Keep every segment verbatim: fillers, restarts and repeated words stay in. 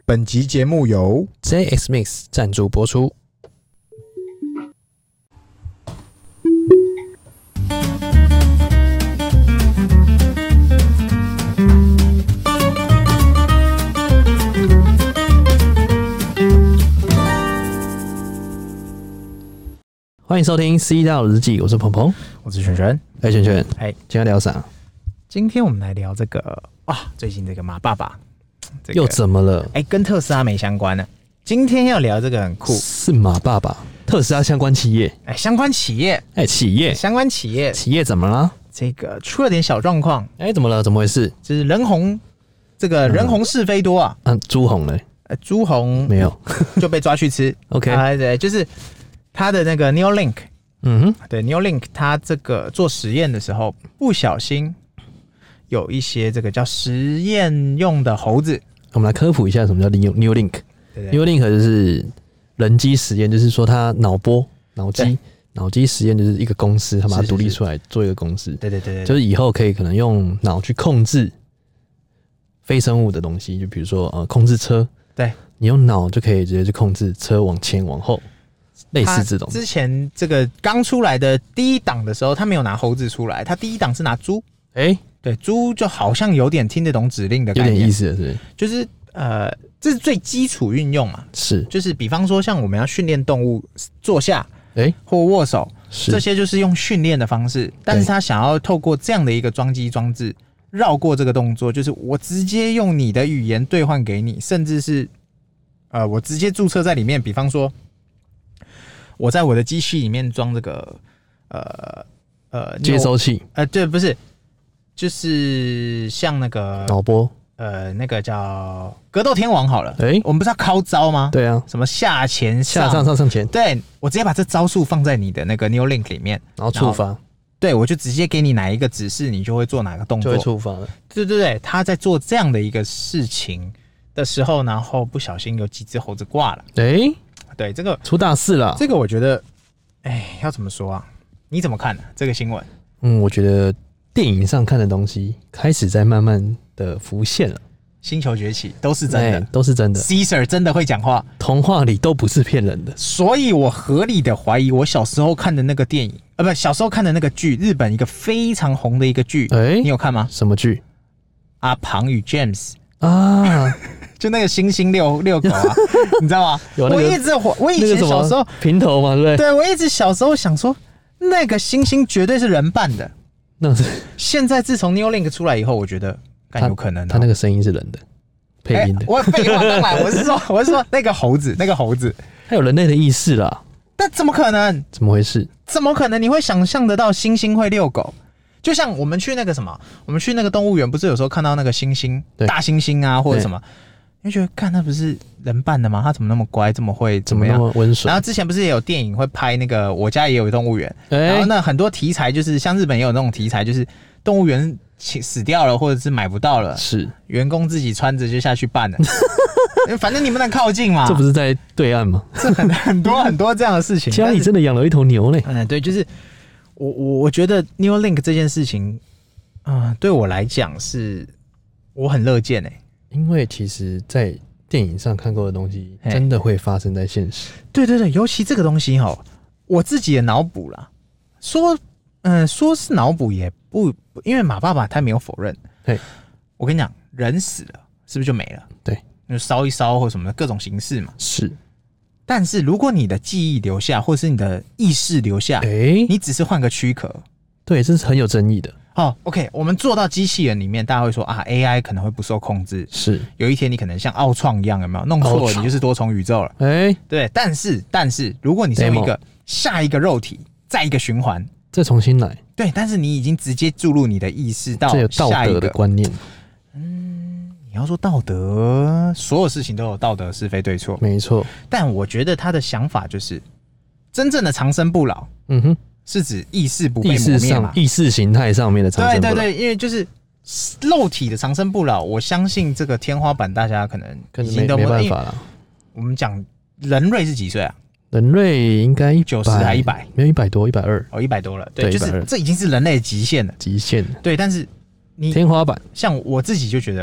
本集节目由 J X Mix 赞助播出。欢迎收听《C 大日记》，我是鹏鹏， 我是璇璇。 哎，璇璇， 哎， 今天聊啥？ 今天我们来聊这个啊，最近这个马爸爸、这个、 又怎么了？ 哎，跟特斯拉没相关呢。今天要聊这个很酷， 是马爸爸，特斯拉相关企业， 哎，相关企业， 哎，企业， 相关企业， 企业怎么了？ 这个出了点小状况。 哎，怎么了？怎么回事？ 就是人红，这个人红是非多啊。 嗯，朱红嘞？ 呃，朱红没有， 就被抓去吃。 OK， 啊，对，就是他的那个 Neuralink。 嗯哼， 对 Neuralink， 它这个做实验的时候不小心有一些这个叫实验用的猴子。 我们来科普一下什么叫 Neuralink。Neuralink 就是人机实验，就是说它脑波、脑机、脑机实验就是一个公司，它把它独立出来做一个公司。 对对 对, 对， 就是以后可以可能用脑去控制非生物的东西，就比如说呃控制车。 对， 你用脑就可以直接去控制车往前往后。类似这种， 之前这个刚出来的第一档的时候，他没有拿猴子出来，他第一档是拿猪。哎、欸，对，猪就好像有点听得懂指令的概念， 有点意思了，是不是？ 就是呃，这是最基础运用嘛。 是， 就是比方说，像我们要训练动物坐下，哎、欸，或握手，这些就是用训练的方式。但是他想要透过这样的一个装机装置，绕过这个动作，就是我直接用你的语言兑换给你，甚至是呃，我直接注册在里面，比方说。我在我的机器里面装这个呃呃接收器， 呃对，不是，就是像那个脑波， 呃那个叫格斗天王好了，哎、欸，我们不是要靠招吗？ 对啊， 什么下前上下上上上前， 对，我直接把这招数放在你的那个 Neuralink 里面， 然后触发， 对，我就直接给你哪一个指示，你就会做哪个动作， 就会触发了。 对对对，他在做这样的一个事情的时候，然后不小心有几只猴子挂了，哎、欸。对，这个出大事了。 这个我觉得，哎，要怎么说啊？你怎么看呢、啊？这个新闻？ 嗯，我觉得电影上看的东西开始在慢慢的浮现了。 星球崛起都是真的， 都是真的。 Caesar 真的会讲话， 童话里都不是骗人的。 所以我合理的怀疑，我小时候看的那个电影，呃，不，小时候看的那个剧，日本一个非常红的一个剧，哎，你有看吗？ 什么剧？ 阿庞与 James 啊。 就那个猩猩遛遛狗啊，你知道吗？ 有那个、 我一直我以前小时候、那個、 平头嘛，对不对？ 对，我一直小时候想说，那个猩猩绝对是人扮的。 那是现在自从 Neuralink 出来以后，我觉得干有可能、喔他。他那个声音是人的，配音的。 欸、我废话当然，我是说，我是说那个猴子，那个猴子， 他有人类的意识啦。 但怎么可能？ 怎么回事？ 怎么可能？你会想象得到猩猩会遛狗？就像我们去那个什么，我们去那个动物园，不是有时候看到那个猩猩、大猩猩啊，或者什么。你就觉得，看他不是人扮的吗？他怎么那么乖，这么会怎么样？ 怎么那么温顺？ 然后之前不是也有电影会拍那个，我家也有动物园，欸、然后那很多题材就是像日本也有那种题材，就是动物园死掉了，或者是买不到了， 是员工自己穿着就下去办了，反正你不能靠近嘛。 这不是在对岸吗？ 这很很多很多这样的事情。 家里真的养了一头牛嘞。 嗯，对，就是我我我觉得 Neuralink 这件事情，啊、呃，对我来讲是我很乐见诶、欸。 因为其实，在电影上看过的东西，真的会发生在现实。 对对对，尤其这个东西哈，我自己的脑补啦，说，嗯、呃，说是脑补也不，因为马爸爸他没有否认。 对， 我跟你讲，人死了是不是就没了？ 对， 就烧一烧或什么的各种形式嘛。 是， 但是如果你的记忆留下，或是你的意识留下，哎、欸，你只是换个躯壳， 对，这是很有争议的。 哦 ，OK， 我们做到机器人里面，大家会说啊 ，A I 可能会不受控制， 是有一天你可能像奥创一样，有没有弄错了，你就是多重宇宙了，哎、欸，对。但是，但是如果你是用一个下一个肉体，再一个循环， 再重新来， 对，但是你已经直接注入你的意识到下一个， 这有道德的观念。 嗯，你要说道德，所有事情都有道德是非对错， 没错。 但我觉得他的想法就是，真正的长生不老，嗯哼。是指意识不被磨灭嘛？ 意识形态上面的长生不老。 对对对，因为就是肉体的长生不老，我相信这个天花板大家可能已经都没, 没办法了。 我们讲人类是几岁啊？ 人类应该九十还一百？ 没有一百多，一百二哦，一百多了。对，对就是这已经是人类的极限了。 极限。 对，但是你天花板， 像我自己就觉得，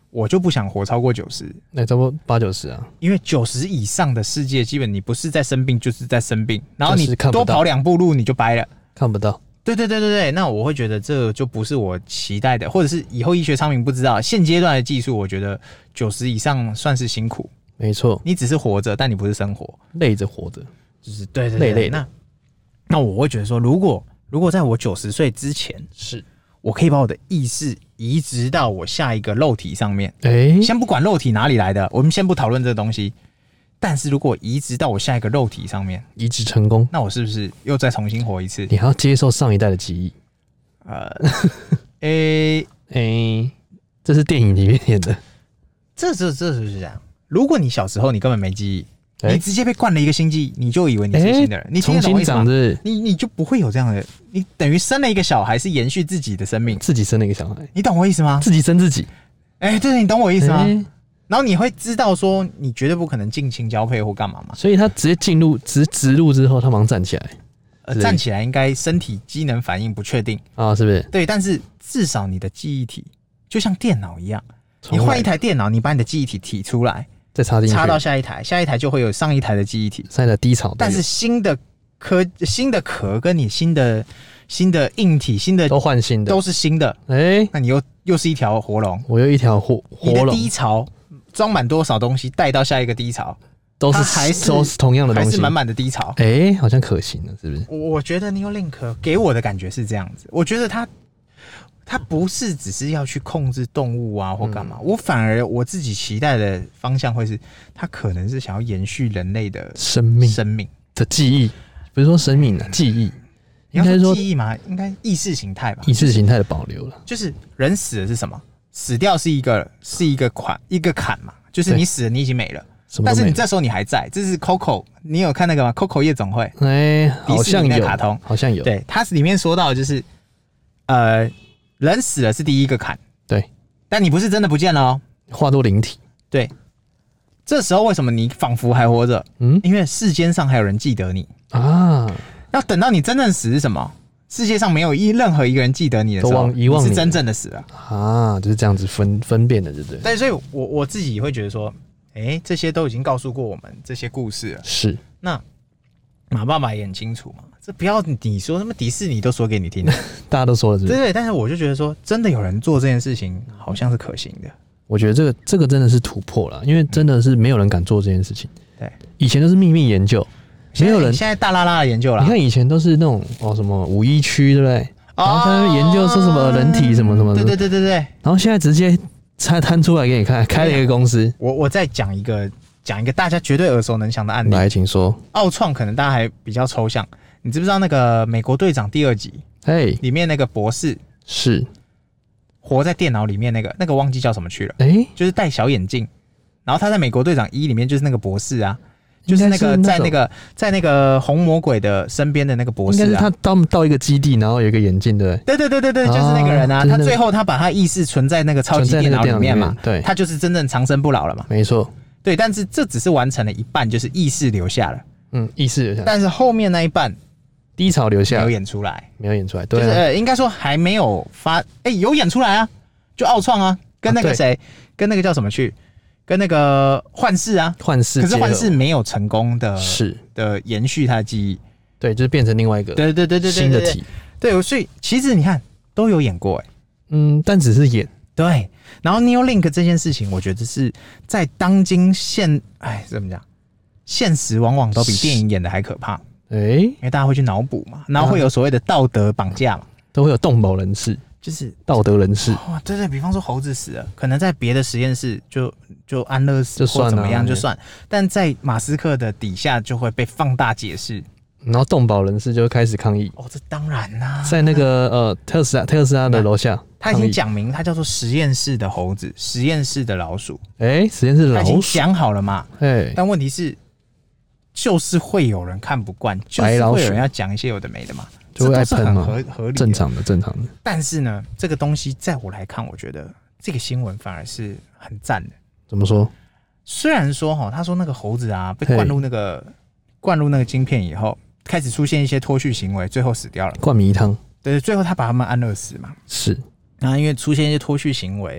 我就不想活超过九十， 那差不多八九十啊。因为九十以上的世界，基本你不是在生病，就是在生病，然后你多跑两步路你就掰了， 看不到。 对对对对对，那我会觉得这就不是我期待的，或者是以后医学昌明不知道，现阶段的技术，我觉得九十以上算是辛苦。 没错， 你只是活着，但你不是生活， 累着活着， 就是对对对，累累的。那那我会觉得说，如果如果在我九十岁之前， 是我可以把我的意识移植到我下一个肉体上面。 哎、欸， 先不管肉体哪里来的，我们先不讨论这个东西。但是如果移植到我下一个肉体上面， 移植成功， 那我是不是又再重新活一次？ 你还要接受上一代的记忆？ 呃，诶诶、欸，这是电影里面演的。 这这这是这样。如果你小时候你根本没记忆，欸、你直接被灌了一个新记忆，你就以为你是新的人，欸、你重新长的， 你你就不会有这样的，你等于生了一个小孩，是延续自己的生命， 自己生了一个小孩， 你懂我意思吗？ 自己生自己， 哎、欸，对，你懂我意思吗？欸、然后你会知道说，你绝对不可能近亲交配或干嘛嘛， 所以他直接进入直植入之后，他马上站起来， 呃，站起来应该身体机能反应不确定啊，是不是？ 对，但是至少你的记忆体就像电脑一样，你换一台电脑，你把你的记忆体提出来。 再插进去， 插到下一台，下一台就会有上一台的记忆体， 上一台低潮。 但是新的壳、新的壳跟你新的新的硬体、新的都换新的， 都是新的。哎、欸，那你又又是一条活龙， 我又一条活活龙。 你的低潮装满多少东西，带到下一个低潮， 都是还是都是同样的东西， 还是满满的低潮。 哎、欸，好像可行了，是不是？ 我我觉得 Neuralink 给我的感觉是这样子，我觉得它。它不是只是要去控制动物啊或干嘛、嗯，我反而我自己期待的方向会是，它可能是想要延续人类的生命、 生命的记忆，不是说生命的记忆， 应该说记忆嘛，应该意识形态吧， 意识形态的保留了。 就是人死了是什么？死掉是一个是一个坎一个坎嘛，就是你死了你已经没了，但是你这时候你还在。这是 Coco， 你有看那个吗 ？Coco 夜总会， 哎、欸，好像有卡通， 好像有。 对，它里面说到的就是呃。人死了是第一个坎， 对， 但你不是真的不见了哦， 化作灵体。 对，这时候为什么你仿佛还活着？嗯，因为世间上还有人记得你啊。要等到你真正死是什么？世界上没有一任何一个人记得你的时候， 遗忘你是真正的死了啊，就是这样子分分辨的，对不对？ 对，所以我我自己会觉得说，哎、欸，这些都已经告诉过我们这些故事了。 是， 那马爸爸也很清楚嘛。这不要你说什么迪士尼都说给你听的， 大家都说了是不是？ 对对，但是我就觉得说，真的有人做这件事情，好像是可行的。 我觉得这个这个真的是突破了，因为真的是没有人敢做这件事情。 对， 以前都是秘密研究，没有人现在大拉拉的研究了。 你看以前都是那种哦什么五一区，对不对？然后在那研究说什么人体什么什么， 对对对对对。 然后现在直接摊摊出来给你看，开了一个公司。 我我再讲一个讲一个大家绝对耳熟能详的案例。 来，请说。 奥创可能大家还比较抽象。你知不知道那个美国队长第二集？ 哎， 里面那个博士是活在电脑里面那个，那个忘记叫什么去了？ 哎、欸， 就是戴小眼镜，然后他在美国队长一里面就是那个博士啊，就是那个在那个在那个红魔鬼的身边的那个博士啊。 应该是他到到一个基地，然后有一个眼镜，对不对？ 对对对对对，就是那个人啊。他最后他把他意识存在那个超级电脑里面嘛， 对， 他就是真正长生不老了嘛。 没错， 对，但是这只是完成了一半，就是意识留下了。 嗯，意识留下， 但是后面那一半。 低潮留下， 没有演出来， 没有演出来，对、啊， 就是呃，应该说还没有发，哎、欸，有演出来啊，就奥创啊，跟那个谁、啊，跟那个叫什么去，跟那个幻视啊， 幻视， 可是幻视没有成功的， 是的延续他的记忆， 对，就是变成另外一个， 对对对对新的体， 对，所以其实你看都有演过、欸，哎， 嗯，但只是演， 对，然后 Neuralink 这件事情，我觉得是在当今现，哎，怎么讲，现实往往都比电影演的还可怕。 哎、欸， 因为大家会去脑补嘛，然后会有所谓的道德绑架嘛， 都会有动保人士， 就是道德人士。 哇，对对，比方说猴子死了，可能在别的实验室就就安乐死或怎么样就算，欸、但在马斯克的底下就会被放大解释， 然后动保人士就会开始抗议。 哦，这当然啦、啊， 在那个呃特斯拉特斯拉的楼下， 他已经讲明，他叫做实验室的猴子，实验室的老鼠。 哎、欸，实验室的老鼠，他已经讲好了嘛。 哎、欸， 但问题是。就是会有人看不惯，就是会有人要讲一些有的没的嘛， 就会爱喷嘛， 合合理， 正常的正常的。 但是呢，这个东西在我来看，我觉得这个新闻反而是很赞的。 怎么说？ 虽然说哈，他说那个猴子啊被灌入那个灌入那个晶片以后，开始出现一些脱序行为，最后死掉了， 灌迷汤。 对，最后他把他们安乐死嘛。 是。 然后因为出现一些脱序行为，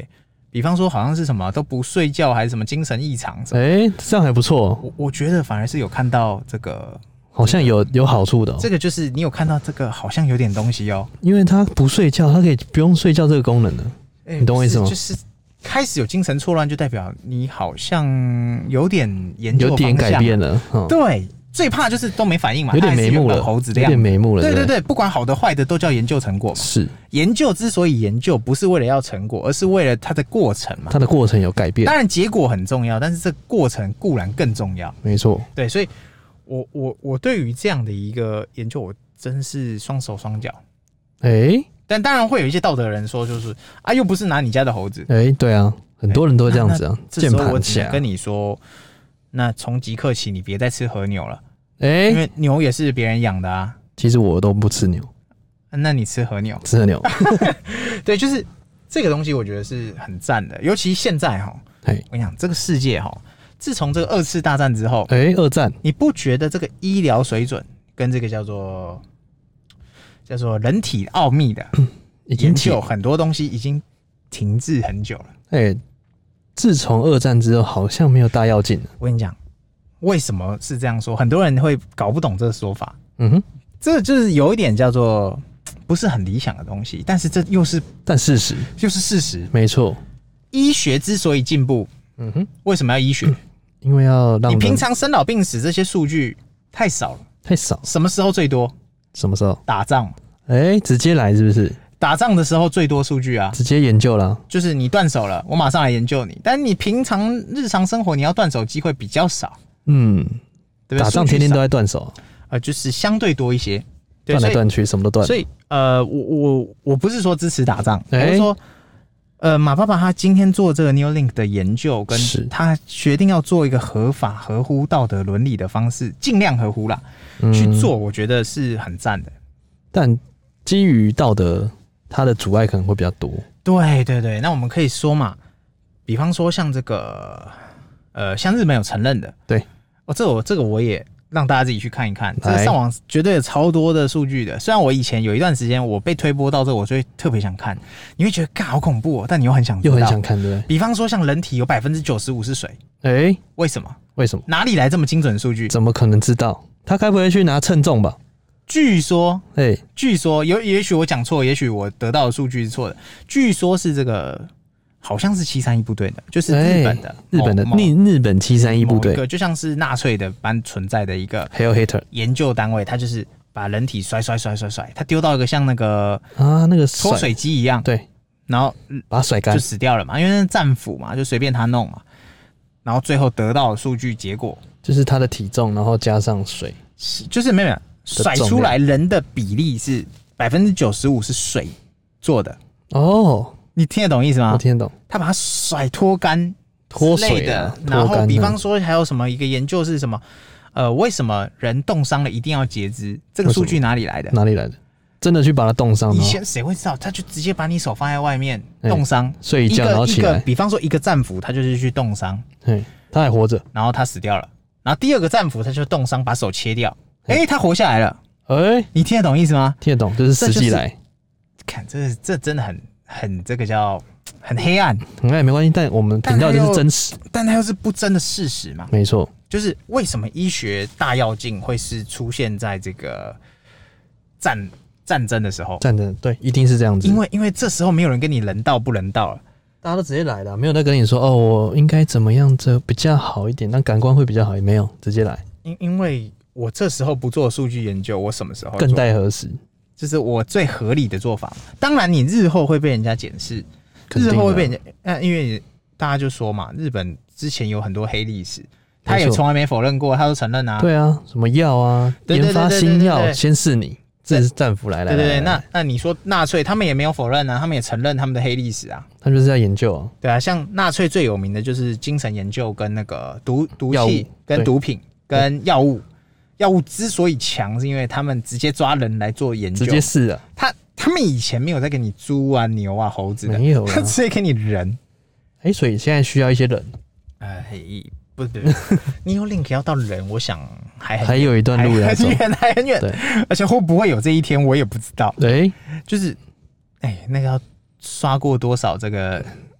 比方说好像是什么都不睡觉，还是什么精神异常什么， 哎、欸，这样还不错。 我我觉得反而是有看到这个， 好像有有好处的、哦。 这个就是你有看到这个好像有点东西哦， 因为他不睡觉，他可以不用睡觉这个功能的，欸、你懂我意思吗？ 就是开始有精神错乱，就代表你好像有点研究有点改变了。嗯、 对。最怕就是都没反应嘛， 有点眉目了， 猴子的有点眉目了。 对对对，不管好的坏的都叫研究成果嘛。 是研究之所以研究，不是为了要成果，而是为了它的过程嘛。 它的过程有改变， 当然结果很重要，但是这过程固然更重要。 没错， 对，所以我我我对于这样的一个研究，我真是双手双脚。 哎、欸， 但当然会有一些道德人说，就是啊，又不是拿你家的猴子。 哎、欸，对啊，很多人都会这样子啊。 这时候我只能跟你说。那从即刻起，你别再吃和牛了，哎、欸，因为牛也是别人养的啊。 其实我都不吃牛， 那你吃和牛？ 吃和牛， 对，就是这个东西，我觉得是很赞的。尤其现在哈，我跟你讲，这个世界哈，自从这个二次大战之后， 哎、欸，二战， 你不觉得这个医疗水准跟这个叫做叫做人体奥秘的研究，很多东西已经停滞很久了？ 哎、欸。自从二战之后，好像没有大跃进了。 我跟你讲，为什么是这样说？很多人会搞不懂这个说法。 嗯哼， 这就是有一点叫做不是很理想的东西，但是这又是但事实， 就是事实。 没错， 医学之所以进步，嗯哼，为什么要医学？ 因为要让你平常生老病死这些数据太少了， 太少。 什么时候最多？ 什么时候？ 打仗。 哎、欸，直接来是不是？ 打仗的时候最多数据啊， 直接研究了， 就是你断手了，我马上来研究你。但是你平常日常生活你要断手机会比较少， 嗯， 对不对？ 打仗天天都在断手， 呃，就是相对多一些， 断来断去什么都断。 所以呃，我我我不是说支持打仗， 欸、 我是说，呃，马爸爸他今天做这个 Neuralink 的研究，跟他决定要做一个合法、合乎道德伦理的方式，尽量合乎啦、嗯、去做，我觉得是很赞的。 但基于道德。它的阻碍可能会比较多。 对对对，那我们可以说嘛，比方说像这个，呃，像日本有承认的， 对， 哦，这个我这个我也让大家自己去看一看，这个上网绝对有超多的数据的。虽然我以前有一段时间我被推播到这个，我就会特别想看，你会觉得嘎好恐怖哦，但你又很想知道， 又很想看，对不对？ 比方说像人体有百分之九十五是水， 哎、欸， 为什么？ 为什么？ 哪里来这么精准的数据？ 怎么可能知道？他该不会去拿称重吧？ 据说， 哎、欸， 据说有，也许我讲错，也许我得到的数据是错的。据说是这个，好像是七三一部队的，就是日本的，欸、 日本的日日本七三一部队， 一个就像是纳粹的般存在的一个 Heil Hitler 研究单位，它就是把人体甩甩甩甩甩，它丢到一个像那个啊那个脱水机一样， 对， 然后把它甩干， 就死掉了嘛，因为那是战俘嘛，就随便他弄嘛，然后最后得到的数据结果就是他的体重，然后加上水， 就是没有。甩出来人的比例是百分之九十五是水做的哦，你听得懂意思吗？ 我听得懂。 他把它甩脱干、 脱水的，然后比方说还有什么一个研究是什么？呃，为什么人冻伤了一定要截肢？这个数据哪里来的？ 哪里来的？真的去把它冻伤？ 以前谁会知道？他就直接把你手放在外面冻伤、欸， 睡一觉然后起来。 比方说一个战俘，他就是去冻伤， 他还活着， 然后他死掉了。然后第二个战俘他就冻伤，把手切掉。哎、欸，他活下来了，哎、欸，你听得懂意思吗？ 听得懂，就是实际来。 就是、看，这这真的很很这个叫很黑暗， 很黑没关系，但我们频道就是真实， 但它又是不争的事实嘛。 没错， 就是为什么医学大跃进会是出现在这个战战争的时候？ 战争对，一定是这样子， 因为因为这时候没有人跟你人道不人道了。 大家都直接来了，没有在跟你说哦，我应该怎么样这比较好一点，那感官会比较好，也没有直接来。 因因为我这时候不做数据研究，我什么时候做？ 更待何时？ 这是我最合理的做法。当然，你日后会被人家检视，日后会被人家，呃，因为大家就说嘛，日本之前有很多黑历史，他也从来没否认过，他都承认啊。 对啊，什么药啊，研发新药，先是你。这是战俘来来， 对对对，那那你说纳粹，他们也没有否认啊，他们也承认他们的黑历史啊， 他们就是在研究啊， 对啊，像纳粹最有名的就是精神研究跟那个毒毒气跟毒品跟药物，药物之所以强，是因为他们直接抓人来做研究， 直接试啊， 他他们以前没有在给你猪啊牛啊猴子的， 没有， 他直接给你人， 哎、欸，所以现在需要一些人， 呃，不是不是，Neuralink 要到人，我想还很还有一段路要走， 很远还很远，而且会不会有这一天，我也不知道。 对， 就是，哎、欸，那个要刷过多少这个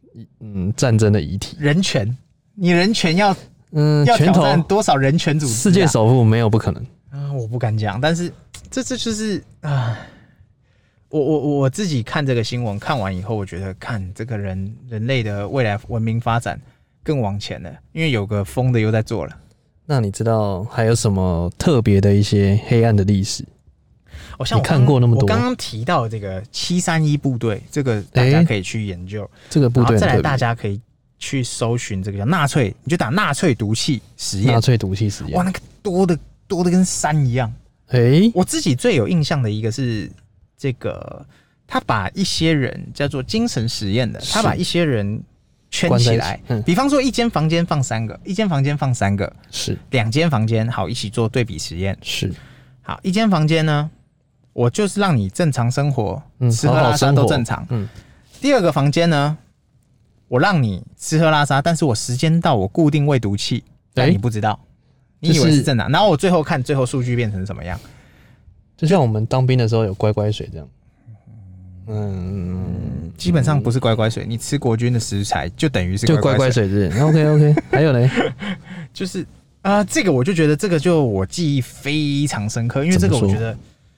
嗯战争的遗体， 人权，你人权要嗯要挑战多少人权组织、啊？ 世界首富没有不可能啊、呃，我不敢讲，但是这这就是啊，我我我自己看这个新闻看完以后，我觉得看这个人人类的未来文明发展更往前了，因为有个疯的又在做了。 那你知道还有什么特别的一些黑暗的历史？ 我像我看过那么多， 我刚刚提到这个七三一部队，这个大家可以去研究。欸、 这个部队， 再来大家可以去搜寻这个叫纳粹，你就打纳粹毒气实验。 纳粹毒气实验， 哇，那个多的多的跟山一样。 哎、欸， 我自己最有印象的一个是这个，他把一些人叫做精神实验的，他把一些人圈起来，嗯、比方说一间房间放三个，一间房间放三个， 是两间房间好一起做对比实验， 是好一间房间呢。我就是让你正常生活，嗯、吃喝拉撒都正常。嗯，第二个房间呢，我让你吃喝拉撒，但是我时间到，我固定喂毒气，但你不知道，欸、你以为是正常。然后我最后看最后数据变成什么样， 就像我们当兵的时候有乖乖水这样。嗯， 基本上不是乖乖水，你吃国军的食材就等于是就乖乖水是。OK OK， 还有嘞， 就是啊、呃，这个我就觉得这个就我记忆非常深刻，因为这个我觉得。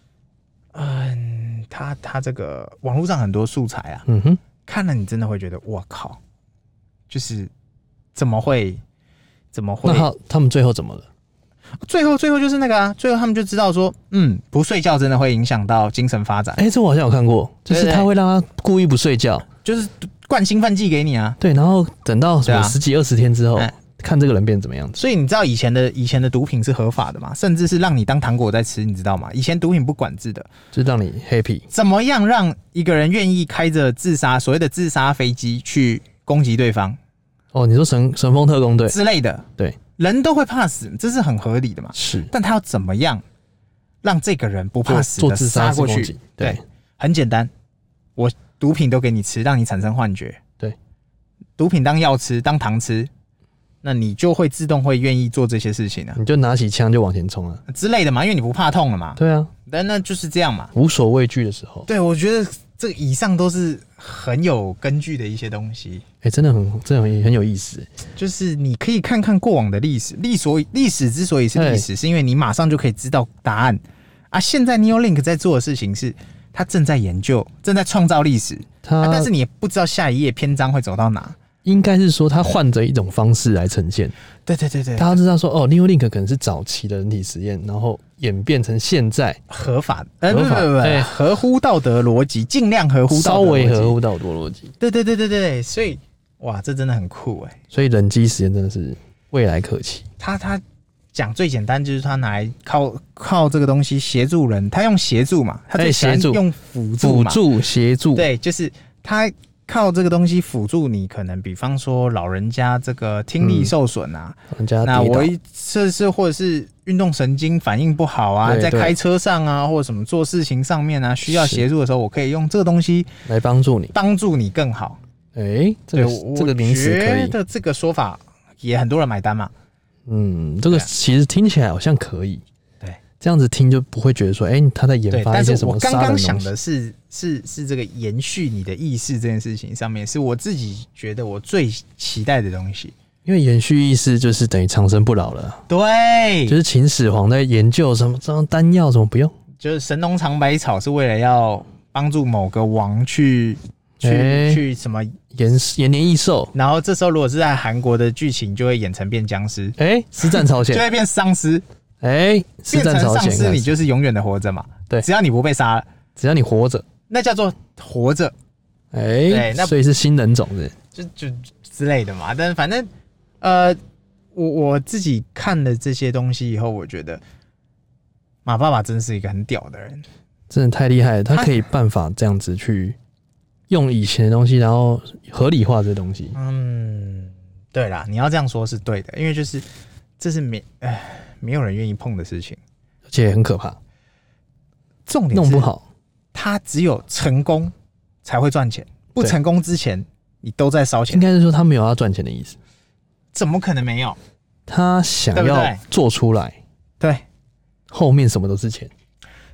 嗯，他他这个网络上很多素材啊，嗯哼，看了你真的会觉得我靠，就是怎么会怎么会？ 那他他们最后怎么了？ 最后最后就是那个啊，最后他们就知道说，嗯，不睡觉真的会影响到精神发展。 哎、欸，这我好像有看过，就是他会让他故意不睡觉， 就是灌兴奋剂给你啊。 对，然后等到什么十几二十天之后。欸看这个人变怎么样子， 所以你知道以前的以前的毒品是合法的嘛？甚至是让你当糖果在吃，你知道吗？以前毒品不管制的， 就让你 happy。 怎么样让一个人愿意开着自杀所谓的自杀飞机去攻击对方？ 哦，你说神神风特工队之类的， 对， 人都会怕死，这是很合理的嘛？ 是， 但他要怎么样让这个人不怕死的杀过去？对，很简单，我毒品都给你吃，让你产生幻觉。 对， 毒品当药吃，当糖吃。那你就会自动会愿意做这些事情啊， 你就拿起枪就往前冲了之类的嘛，因为你不怕痛了嘛。 对啊， 但那就是这样嘛， 无所畏惧的时候。 对，我觉得这个以上都是很有根据的一些东西。 哎、欸，真的很，真的很很有意思。 就是你可以看看过往的历史，历所历史之所以是历史，是因为你马上就可以知道答案啊。现在 Neuralink 在做的事情是，他正在研究，正在创造历史，他、啊、但是你也不知道下一页篇章会走到哪。 应该是说，他换着一种方式来呈现。 对对对对， 大家知道说，哦 ，Neuralink 可能是早期的人体实验，然后演变成现在合法，呃，合法，不不不，欸、合乎道德逻辑，尽量合乎道德， 稍微合乎道德逻辑。 对对对对对，所以哇，这真的很酷哎。 所以人机实验真的是未来可期。 他他讲最简单就是他拿来靠靠这个东西协助人，他用协助嘛，他最喜欢用辅助嘛， 辅助协助， 对，就是他。靠这个东西辅助你，可能比方说老人家这个听力受损啊， 嗯、 那我这是或者是运动神经反应不好啊，在开车上啊，或者什么做事情上面啊，需要协助的时候，我可以用这个东西来帮助你， 帮助你更好。 哎、欸，这个这个名词可以， 我觉得这个说法也很多人买单嘛。 嗯，这个其实听起来好像可以。 对， 这样子听就不会觉得说，哎、欸，他在研发一些什么杀人的东西。 但是我刚刚想的是。是是这个延续你的意识这件事情上面，是我自己觉得我最期待的东西。 因为延续意识就是等于长生不老了。 对， 就是秦始皇在研究什么这种丹药，怎么不用？ 就是神农尝百草是为了要帮助某个王去去、欸、去什么延延年益寿。 然后这时候如果是在韩国的剧情，就会演成变僵尸。 哎、欸，师战朝鲜就会变丧尸。 哎、欸，师战朝鲜， 变成丧尸你就是永远的活着嘛。 对， 只要你不被杀了， 只要你活着。 那叫做活着， 哎、欸，那所以是新人种的， 就就之类的嘛。但是反正，呃，我我自己看了这些东西以后，我觉得马爸爸真是一个很屌的人， 真的太厉害了。他可以办法这样子去用以前的东西，然后合理化这些东西。 嗯，对啦，你要这样说是对的，因为就是这是没哎没有人愿意碰的事情， 而且很可怕。 重点是弄不好。 他只有成功才会赚钱，不成功之前你都在烧钱。 应该是说他没有要赚钱的意思， 怎么可能没有？ 他想要做出来， 对， 后面什么都是钱。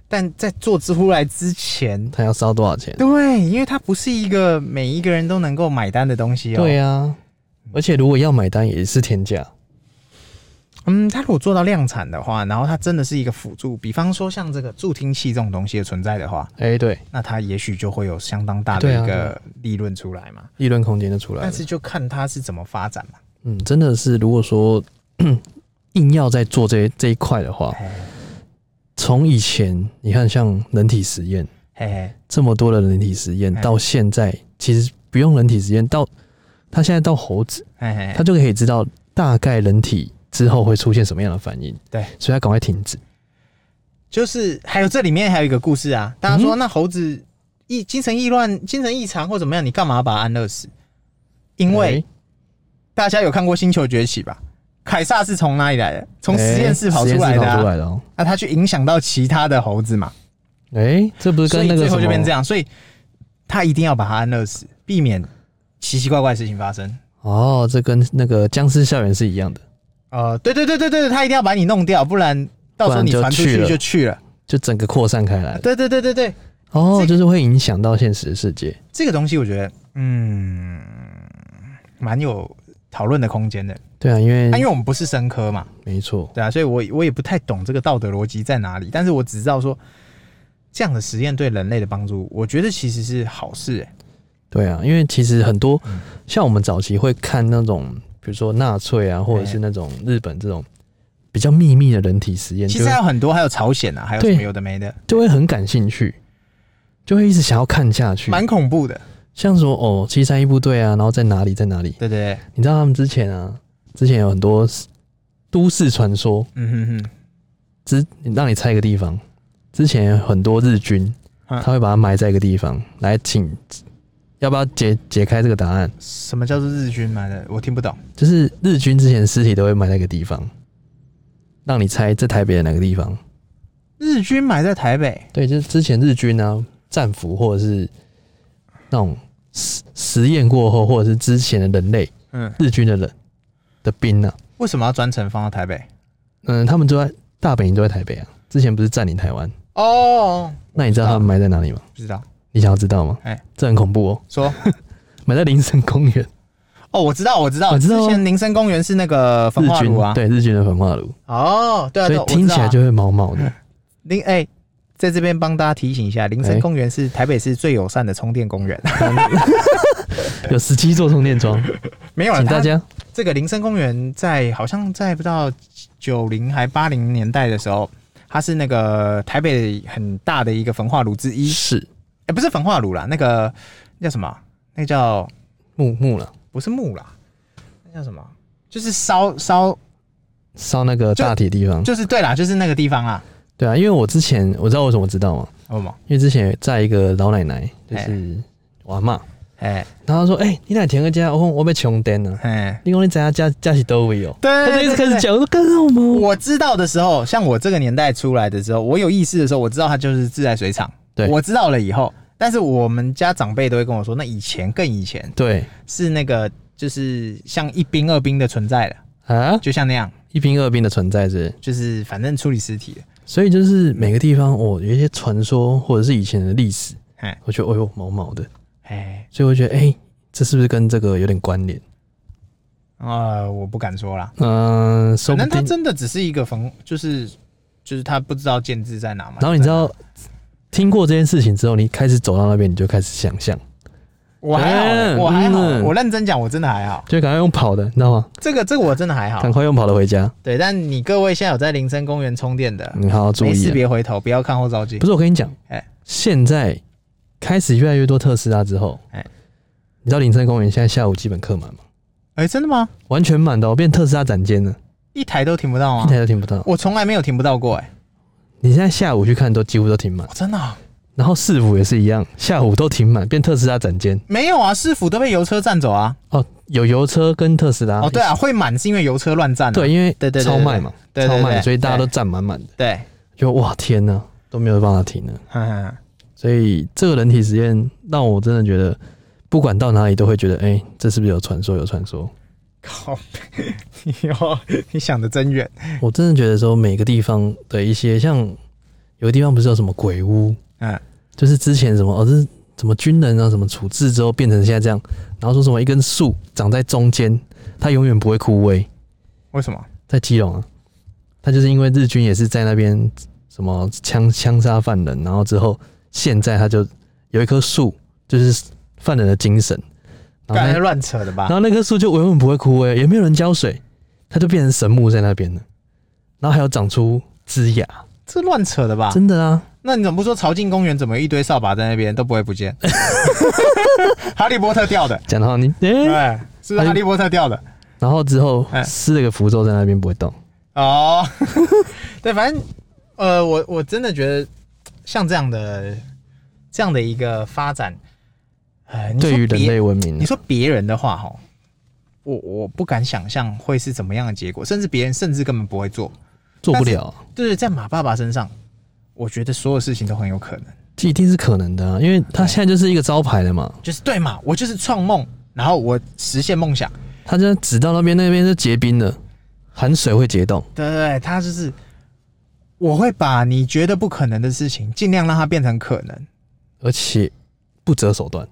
但在做出来之前， 它要烧多少钱？ 对，因为它不是一个每一个人都能够买单的东西哦。 对啊，而且如果要买单也是天价。 嗯，它如果做到量产的话，然后它真的是一个辅助，比方说像这个助听器这种东西的存在的话， 哎、欸，对， 那它也许就会有相当大的一个利润出来嘛， 利润空间就出来了。 但是就看它是怎么发展嘛。 嗯，真的是，如果说硬要在做这这一块的话，从以前你看像人体实验，嘿嘿这么多的人体实验，到现在其实不用人体实验，到他现在到猴子，嘿嘿他就可以知道大概人体之后会出现什么样的反应，对，所以他赶快停止。 就是还有这里面还有一个故事啊，大家说、嗯、那猴子异精神异乱、精神异常或怎么样，你干嘛把它安乐死？因为大家有看过《星球崛起》吧？凯撒是从哪里来的？从实验室跑出来的、啊。那、欸哦啊、他去影响到其他的猴子嘛？ 哎、欸，这不是跟那个最后就变这样，所以他一定要把它安乐死，避免奇奇怪怪的事情发生。 哦，这跟那个僵尸校园是一样的。 呃，对对对对对，他一定要把你弄掉，不然到时候你传出去就去了， 就整个扩散开来了。 对对对对对。 哦，就是会影响到现实世界。 这个东西我觉得，嗯，蛮有讨论的空间的。 对啊，因为、 啊、因为我们不是生科嘛， 没错。 对啊，所以我我也不太懂这个道德逻辑在哪里，但是我只知道说，这样的实验对人类的帮助，我觉得其实是好事、欸。 对啊，因为其实很多、嗯、像我们早期会看那种，比如说纳粹啊，或者是那种日本这种比较秘密的人体实验， 其实还有很多，还有朝鲜啊，还有什么有的没的， 就会很感兴趣，就会一直想要看下去， 蛮恐怖的。 像说哦，七三一部队啊，然后在哪里在哪里？ 对对对， 你知道他们之前啊，之前有很多都市传说，嗯哼哼，之让你猜一个地方，之前有很多日军，他会把它埋在一个地方，来请，要不要解解开这个答案？ 什么叫做日军埋的？我听不懂。 就是日军之前尸体都会埋在一个地方，让你猜在台北的哪个地方？ 日军埋在台北？ 对，就是之前日军啊，战俘或者是那种实实验过后，或者是之前的人类，嗯，日军的人的兵啊， 为什么要专程放到台北？ 嗯，他们都在大本营都在台北啊，之前不是占领台湾哦？那你知道他们埋在哪里吗？ 不知道。 你想要知道吗？哎、欸，这很恐怖哦。 说， 埋在林森公园。 哦，我知道，我知道，我知道。之前林森公园是那个焚化炉啊， 对，日军的焚化炉。 哦，对啊， 所以听起来就会毛毛的。 林哎、欸，在这边帮大家提醒一下，林森公园是台北市最友善的充电公园， 有十七座充电桩。 没有了， 请大家。 这个林森公园在好像在不知道九零还八零年代的时候，它是那个台北很大的一个焚化炉之一。 是。 哎、欸，不是焚化炉啦，那个那叫什么？那个叫木木啦， 不是木啦，那叫什么？就是烧烧烧那个大体地方， 就, 就是对啦，就是那个地方啊。 对啊，因为我之前我知道为什么知道吗？ 为什么？ 因为之前在一个老奶奶，就是我阿嬷，哎，然后她说：“哎、欸，你来填个家，我我被穷电了。哎，你讲你怎样家家是多位哦？”对，她就一直开始讲，我说干好吗？ 我知道的时候，像我这个年代出来的时候，我有意识的时候，我知道它就是自来水厂。对，我知道了以后，但是我们家长辈都会跟我说，那以前更以前，对，是那个就是像一兵二兵的存在了啊，就像那样一兵二兵的存在是， 就是反正处理尸体的。 所以就是每个地方哦，有一些传说或者是以前的历史，我觉得哦呦毛毛的，哎，所以我觉得哎、欸，这是不是跟这个有点关联？ 呃，我不敢说啦，嗯、呃，可能它真的只是一个焚，就是就是他不知道建制在哪嘛。 然后你知道听过这件事情之后，你开始走到那边，你就开始想象。 我还好、欸，我还好，嗯、我认真讲，我真的还好， 就赶快用跑的，你知道吗？ 这个这个我真的还好， 赶快用跑的回家。 对，但你各位现在有在林森公园充电的， 你好好注意、啊， 没事别回头，不要看后照镜。 不是我跟你讲，哎、欸，现在开始越来越多特斯拉之后，哎、欸，你知道林森公园现在下午基本客满吗？ 哎、欸，真的吗？ 完全满的、哦，变特斯拉展间了， 一台都停不到吗？ 一台都停不到， 我从来没有停不到过、欸，哎， 你现在下午去看都几乎都停满、 哦，真的、啊。 然后市府也是一样，下午都停满，变特斯拉展间。 没有啊，市府都被油车占走啊。 哦，有油车跟特斯拉。 哦，对啊，会满是因为油车乱占、啊。 对，因为超卖嘛，对对对对超卖，所以大家都占满满的。对，就哇天哪，都没有办法停了。所以这个人体实验让我真的觉得，不管到哪里都会觉得，哎、欸，这是不是有传说？有传说。 靠，你你想的真远。 我真的觉得说，每个地方的一些像。 有的地方不是有什么鬼屋，嗯，就是之前什么哦，这是什么军人啊，什么处置之后变成现在这样，然后说什么一根树长在中间，它永远不会枯萎。 为什么？ 在基隆啊，它就是因为日军也是在那边什么枪枪杀犯人，然后之后现在它就有一棵树，就是犯人的精神。 刚才乱扯的吧？ 然后那棵树就永远不会枯萎，也没有人浇水，它就变成神木在那边了。然后还有长出枝芽， 这乱扯的吧？ 真的啊！ 那你怎么不说朝境公园怎么一堆扫把在那边都不会不见？哈利波特掉的， 讲的话你对、欸， 是不是哈利波特掉的？ 然后之后施了个符咒在那边不会动。 哦，对，反正呃，我我真的觉得像这样的这样的一个发展，呃， 对于人类文明， 你说别人的话哈，我我不敢想象会是怎么样的结果，甚至别人甚至根本不会做。 做不了， 对，在马爸爸身上，我觉得所有事情都很有可能， 这一定是可能的、啊，因为他现在就是一个招牌了嘛， 就是对嘛，我就是创梦，然后我实现梦想， 他就指到那边，那边是结冰了，含水会结冻， 对对对，他就是我会把你觉得不可能的事情，尽量让它变成可能， 而且不择手段，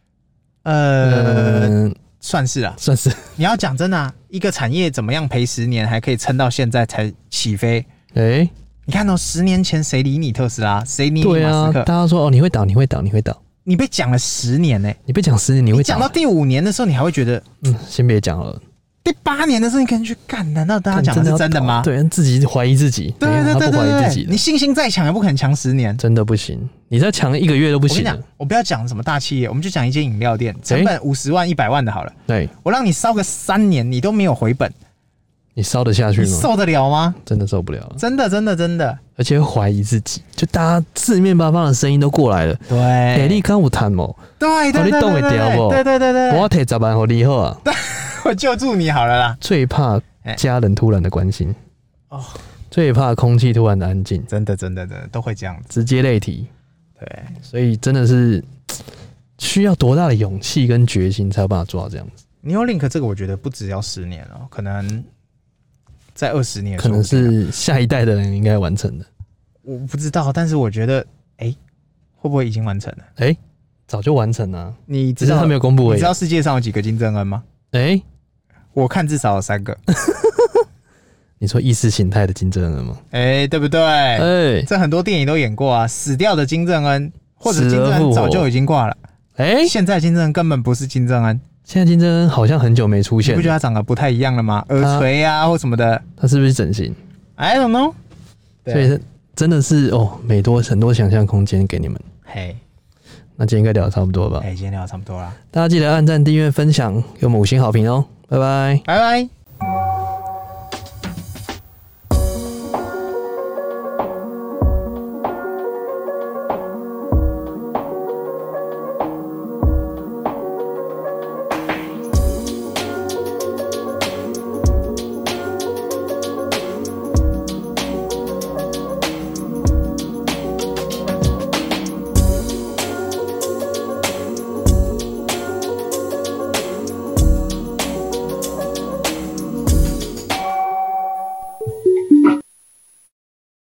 呃。嗯算是啊， 算是。 你要讲真的啊，一个产业怎么样赔十年还可以撑到现在才起飞？哎、欸，你看到、喔、十年前谁理你特斯拉？谁理你马斯克？ 对啊，大家说哦，你会倒，你会倒，你会倒。 你被讲了十年呢、欸， 你被讲十年，你会讲到第五年的时候，你还会觉得， 嗯，先别讲了。 第八年的时候，你可能去干，难道大家讲的是真的吗？ 对，自己怀疑自己， 对对对对对， 他不怀疑自己， 你信心再强也不可能强十年， 真的不行。你再强一个月都不行。 我跟你讲，我不要讲什么大企业，我们就讲一间饮料店，成本五十万、一百万的好了。 对， 我让你烧个三年，你都没有回本， 你烧得下去吗？ 你受得了吗？ 真的受不了， 真的真的真的， 而且会怀疑自己，就大家四面八方的声音都过来了。 对，哎、 欸，你刚有谈哦， 对对对对对对对对对， 我提十万给你好啊， 我救助你好了啦。 最怕家人突然的关心，哦，最怕空气突然的安静， 真的真的真的都会这样子， 直接泪提。 对， 所以真的是需要多大的勇气跟决心才有办法做到这样子。 Neuralink 这个我觉得不只要十年哦，可能在二十年， 可能是下一代的人应该完成的。 我不知道，但是我觉得，哎、欸，会不会已经完成了？ 哎、欸，早就完成了。 你知道他没有公布而已。 你知道世界上有几个金正恩吗？ 哎、欸， 我看至少有三个。 你说意识形态的金正恩吗？ 哎、欸，对不对？哎、欸，这很多电影都演过啊。死掉的金正恩，或者金正恩早就已经挂了。哎、欸，现在金正恩根本不是金正恩。 现在金正恩好像很久没出现， 你不觉得他长得不太一样了吗？耳垂啊，或什么的。 他是不是整形 ？I don't know。 所以真的是哦，美多很多想象空间给你们。 嘿， 那今天应该聊得差不多吧？ 哎，今天聊得差不多啦。 大家记得按赞、订阅、分享，给我们五星好评哦！拜拜， 拜拜。